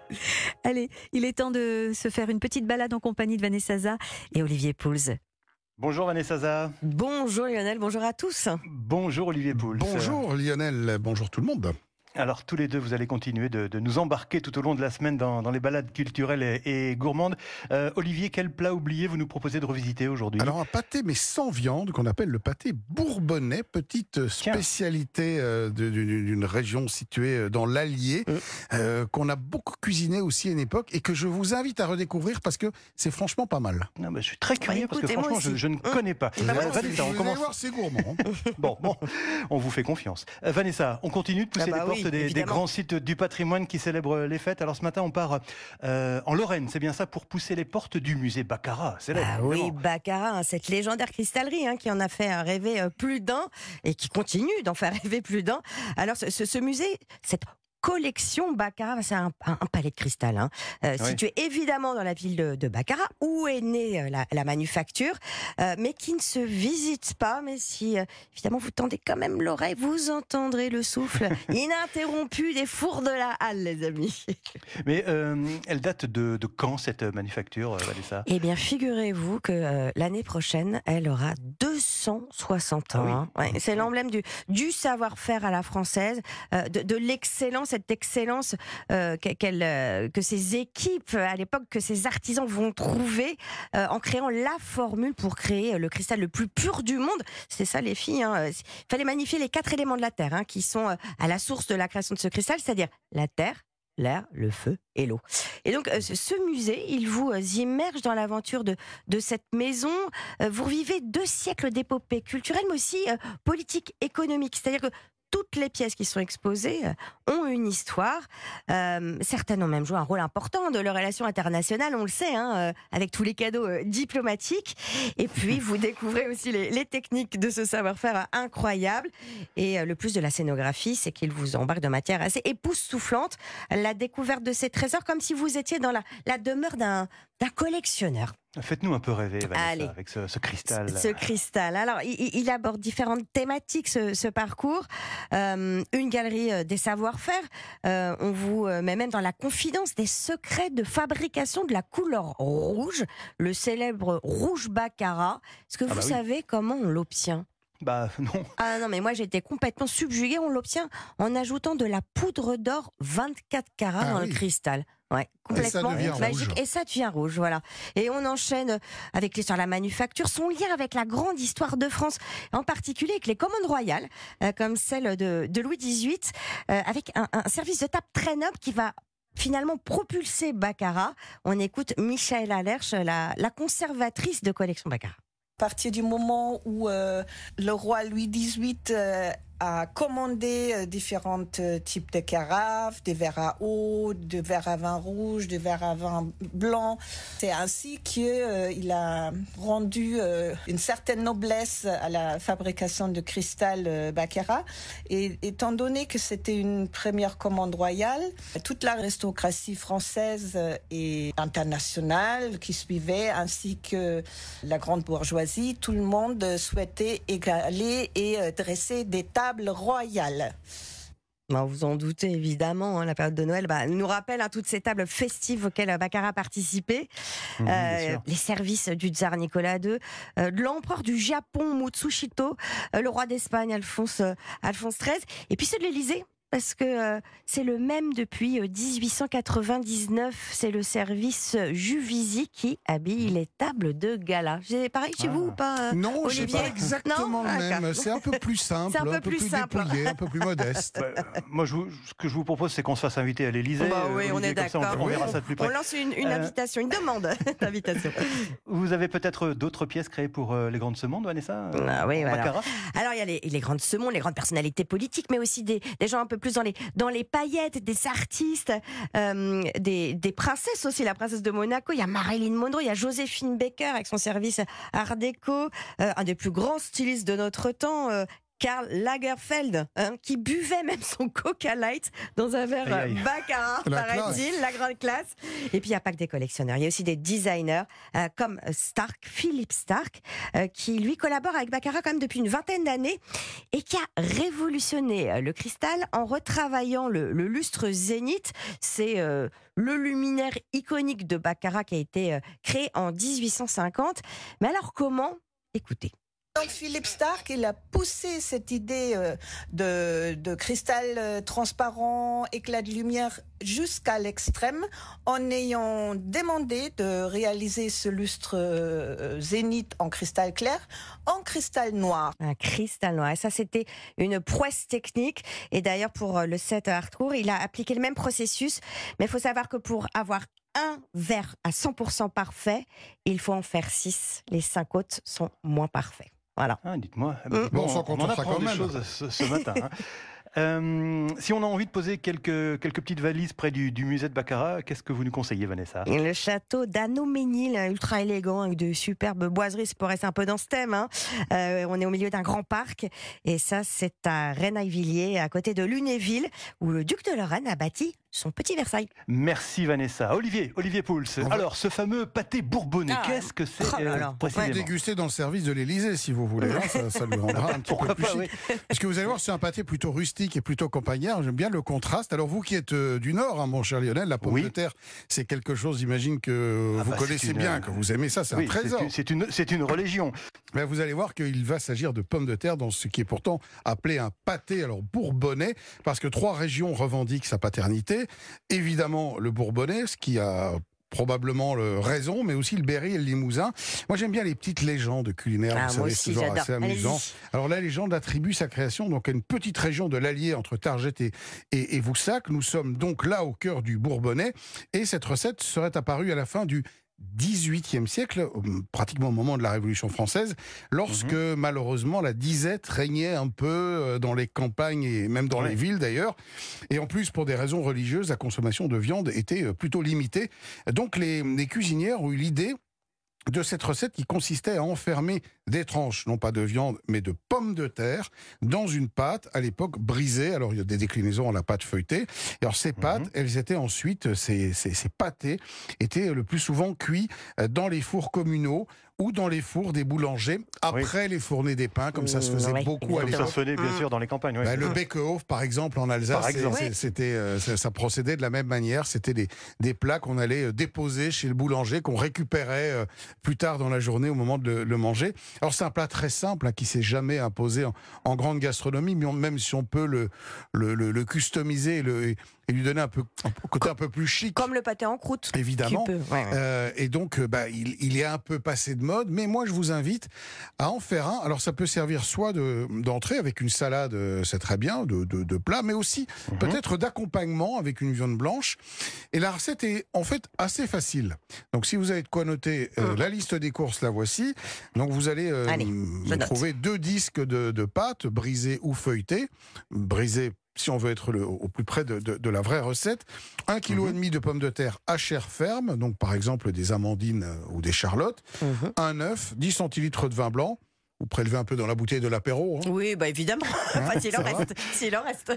Allez, il est temps de se faire une petite balade en compagnie de Vanessa Za et Olivier Pouls. Bonjour Vanessa Za. Bonjour Lionel, bonjour à tous. Bonjour Olivier Pouls. Bonjour Lionel, bonjour tout le monde. Alors tous les deux, vous allez continuer de nous embarquer tout au long de la semaine dans les balades culturelles et gourmandes. Olivier, quel plat oublié vous nous proposez de revisiter aujourd'hui? Alors un pâté mais sans viande qu'on appelle le pâté bourbonnais, petite spécialité d'une région située dans l'Allier, qu'on a beaucoup cuisiné aussi à une époque et que je vous invite à redécouvrir parce que c'est franchement pas mal. Non, je suis très curieux parce que franchement je ne connais pas. Vanessa, on commence. Voir, c'est gourmand. Bon, on vous fait confiance. Vanessa, on continue de pousser les portes des grands sites du patrimoine qui célèbrent les fêtes. Alors ce matin, on part en Lorraine, c'est bien ça, pour pousser les portes du musée Baccarat. Célèbre, oui, Baccarat, cette légendaire cristallerie qui en a fait rêver plus d'un et qui continue d'en faire rêver plus d'un. Alors ce musée, cette collection Baccarat, c'est un palais de cristal, situé évidemment dans la ville de Baccarat, où est née la manufacture, mais qui ne se visite pas. Mais si évidemment vous tendez quand même l'oreille, vous entendrez le souffle ininterrompu des fours de la halle, les amis. Mais elle date de quand cette manufacture, Vanessa? Eh bien, figurez-vous que l'année prochaine, elle aura 260 ans. Ah oui. Ouais, c'est l'emblème du savoir-faire à la française, de l'excellence, cette excellence que ces équipes, à l'époque, que ces artisans vont trouver en créant la formule pour créer le cristal le plus pur du monde. C'est ça, les filles. Il fallait magnifier les 4 éléments de la Terre qui sont à la source de la création de ce cristal, c'est-à-dire la terre, l'air, le feu et l'eau. Et donc, ce musée, il vous immerge dans l'aventure de cette maison. Vous revivez 2 siècles d'épopée culturelle, mais aussi politique, économique. C'est-à-dire que toutes les pièces qui sont exposées ont une histoire. Certaines ont même joué un rôle important de leurs relations internationales, on le sait, avec tous les cadeaux diplomatiques. Et puis, vous découvrez aussi les techniques de ce savoir-faire incroyable. Et le plus de la scénographie, c'est qu'il vous embarque de matière assez époustouflante. La découverte de ces trésors, comme si vous étiez dans la demeure d'un collectionneur. Faites-nous un peu rêver, Vanessa, Allez. avec ce cristal. Ce cristal. Alors, il aborde différentes thématiques, ce parcours. Une galerie des savoir-faire. On vous met même dans la confidence des secrets de fabrication de la couleur rouge, le célèbre rouge Baccarat. Est-ce que vous savez comment on l'obtient ? Bah non. Ah non, mais moi j'étais complètement subjuguée. On l'obtient en ajoutant de la poudre d'or 24 carats dans le cristal. Ouais, complètement magique. Et ça devient rouge, voilà. Et on enchaîne avec l'histoire de la manufacture, son lien avec la grande histoire de France, en particulier avec les commandes royales, comme celle de Louis XVIII, avec un service de table très noble qui va finalement propulser Baccarat. On écoute Michaëlle Allersch, la conservatrice de collection Baccarat. À partir du moment où le roi Louis XVIII a commandé différents types de carafes, des verres à eau, de verres à vin rouge, de verres à vin blanc. C'est ainsi qu'il a rendu une certaine noblesse à la fabrication de cristal Baccarat. Et étant donné que c'était une première commande royale, toute l'aristocratie française et internationale qui suivait, ainsi que la grande bourgeoisie, tout le monde souhaitait égaler et dresser des tables royales. Vous en doutez évidemment, la période de Noël nous rappelle toutes ces tables festives auxquelles Baccarat participait. Les services du tsar Nicolas II, de l'empereur du Japon Mutsuhito, le roi d'Espagne Alphonse XIII, et puis ceux de l'Élysée. Parce que c'est le même depuis 1899. C'est le service Juvisy qui habille les tables de gala. C'est pareil chez vous ou pas, Non, Olivier? c'est pas exactement le même. C'est un peu plus simple, C'est un peu plus dépouillé, un peu plus modeste. Moi, ce que je vous propose, c'est qu'on se fasse inviter à l'Élysée. Oui, on est d'accord. On verra ça de plus près. On lance une invitation, une demande d'invitation. Vous avez peut-être d'autres pièces créées pour les grandes semondes, Vanessa? Oui, Baccarat. Alors, il y a les grandes semondes, les grandes personnalités politiques, mais aussi des gens un peu plus dans les paillettes, des artistes, des princesses aussi, la princesse de Monaco. Il y a Marilyn Monroe, il y a Joséphine Baker avec son service Art déco, un des plus grands stylistes de notre temps, Karl Lagerfeld, qui buvait même son Coca Light dans un verre Baccarat, paraît-il, la grande classe. Et puis il n'y a pas que des collectionneurs, il y a aussi des designers comme Philippe Stark, qui lui collabore avec Baccarat quand même depuis une vingtaine d'années et qui a révolutionné le cristal en retravaillant le lustre zénith. C'est le luminaire iconique de Baccarat qui a été créé en 1850. Mais alors comment ? Écoutez. Donc Philippe Stark, il a poussé cette idée de cristal transparent, éclat de lumière jusqu'à l'extrême, en ayant demandé de réaliser ce lustre zénith en cristal clair, en cristal noir. Un cristal noir, et ça c'était une prouesse technique. Et d'ailleurs pour le set Harcourt, il a appliqué le même processus, mais il faut savoir que pour avoir un verre à 100% parfait, il faut en faire 6. Les 5 autres sont moins parfaits. Voilà. Ah, dites-moi. Bon, on en apprend quand des même. choses ce matin. Si on a envie de poser quelques petites valises près du musée de Baccarat, qu'est-ce que vous nous conseillez, Vanessa ? Le château d'Anneau-Ménil, ultra élégant, avec de superbes boiseries, ça pourrait rester un peu dans ce thème. On est au milieu d'un grand parc, et ça, c'est à Rennes-Villiers, à côté de Lunéville, où le duc de Lorraine a bâti son petit Versailles. Merci Vanessa. Olivier Pouls, alors ce fameux pâté bourbonnais, qu'est-ce que c'est On peut précisément ? déguster dans le service de l'Élysée si vous voulez, ça lui rendra un petit peu plus chic. Parce que vous allez voir, c'est un pâté plutôt rustique et plutôt campagnard, j'aime bien le contraste. Alors vous qui êtes du Nord, mon cher Lionel, la pomme de terre, c'est quelque chose, j'imagine, que vous connaissez bien, que vous aimez ça, c'est un trésor. C'est une religion. Mais vous allez voir qu'il va s'agir de pommes de terre dans ce qui est pourtant appelé un pâté bourbonnais, parce que 3 régions revendiquent sa paternité. Évidemment, le Bourbonnais, ce qui a probablement raison, mais aussi le Berry et le Limousin. Moi, j'aime bien les petites légendes culinaires, vous savez, c'est toujours assez amusant. Alors, la légende attribue sa création donc à une petite région de l'Allier entre Targette et Voussac. Nous sommes donc là au cœur du Bourbonnais, et cette recette serait apparue à la fin du XVIIIe siècle, pratiquement au moment de la Révolution française, lorsque malheureusement la disette régnait un peu dans les campagnes et même dans les villes d'ailleurs. Et en plus, pour des raisons religieuses, la consommation de viande était plutôt limitée. Donc les cuisinières ont eu l'idée de cette recette qui consistait à enfermer des tranches, non pas de viande, mais de pommes de terre, dans une pâte, à l'époque brisée. Alors, il y a des déclinaisons à la pâte feuilletée. Et alors, ces pâtes, elles étaient ensuite, ces pâtés, étaient le plus souvent cuits dans les fours communaux ou dans les fours des boulangers, après les fournées des pains, comme ça se faisait beaucoup à l'époque. Ça se faisait, bien sûr, dans les campagnes. Le Bekehof, par exemple, en Alsace, ça procédait de la même manière. C'était des plats qu'on allait déposer chez le boulanger, qu'on récupérait plus tard dans la journée au moment de le manger. Alors, c'est un plat très simple, qui s'est jamais imposé en grande gastronomie, mais même si on peut le customiser et lui donner un côté un peu plus chic. Comme le pâté en croûte. Évidemment. Et donc, il est un peu passé de mode, mais moi, je vous invite à en faire un. Alors, ça peut servir soit d'entrée avec une salade, c'est très bien, de plat, mais aussi peut-être d'accompagnement avec une viande blanche. Et la recette est en fait assez facile. Donc, si vous avez de quoi noter, la liste des courses, la voici. Donc, vous allez trouver 2 disques de pâte, brisées ou feuilletées. Brisées, si on veut être au plus près de la vraie recette, 1,5 kg de pommes de terre à chair ferme, donc par exemple des amandines ou des charlottes, un œuf, 10 centilitres de vin blanc. Vous prélevez un peu dans la bouteille de l'apéro. Oui, évidemment. S'il en reste.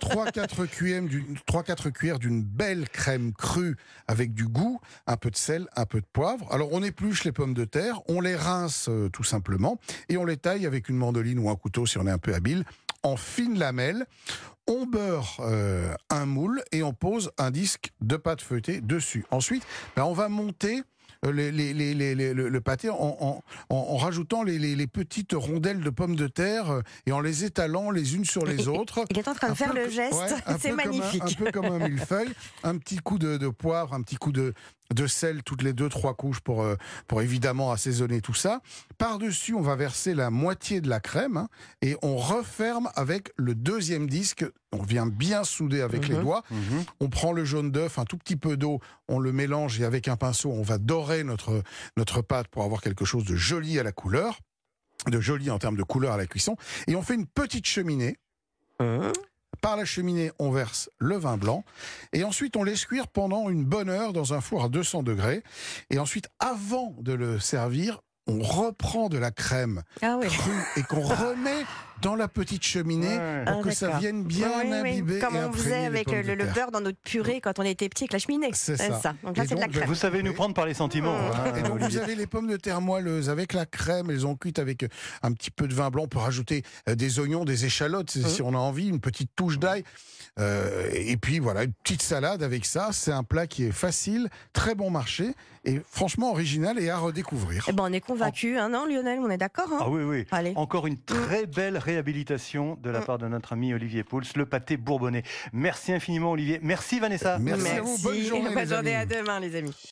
3-4 cuillères d'une belle crème crue avec du goût, un peu de sel, un peu de poivre. Alors, on épluche les pommes de terre, on les rince tout simplement, et on les taille avec une mandoline ou un couteau si on est un peu habile, en fines lamelles. On beurre un moule et on pose un disque de pâte feuilletée dessus. Ensuite, on va monter le pâté en rajoutant les petites rondelles de pommes de terre et en les étalant les unes sur les autres. Il est en train de faire le geste, c'est magnifique. Un peu comme un millefeuille, un petit coup de poivre, un petit coup de sel, toutes les 2-3 couches pour évidemment assaisonner tout ça. Par-dessus, on va verser la moitié de la crème et on referme avec le deuxième disque. On vient bien souder avec les doigts. On prend le jaune d'œuf, un tout petit peu d'eau, on le mélange et avec un pinceau, on va dorer notre pâte pour avoir quelque chose de joli à la couleur, de joli en termes de couleur à la cuisson. Et on fait une petite cheminée. Par la cheminée, on verse le vin blanc et ensuite on laisse cuire pendant une bonne heure dans un four à 200 degrés. Et ensuite, avant de le servir, on reprend de la crème crue et qu'on remet dans la petite cheminée pour que ça vienne bien imbiber. Comme on faisait avec le beurre dans notre purée quand on était petit avec la cheminée. C'est ça. Donc là, c'est de la crème. Vous savez nous prendre par les sentiments. Et donc vous avez les pommes de terre moelleuses avec la crème, elles ont cuit avec un petit peu de vin blanc. On peut rajouter des oignons, des échalotes si on a envie, une petite touche d'ail. Et puis voilà, une petite salade avec ça. C'est un plat qui est facile, très bon marché et franchement original et à redécouvrir. Eh ben, on est convaincus, non Lionel, on est d'accord Ah oui. Allez. Encore une très belle réhabilitation de la part de notre ami Olivier Pouls, le pâté bourbonnais. Merci infiniment Olivier. Merci Vanessa. Merci à vous. Bonne journée, Bonne journée, à demain les amis.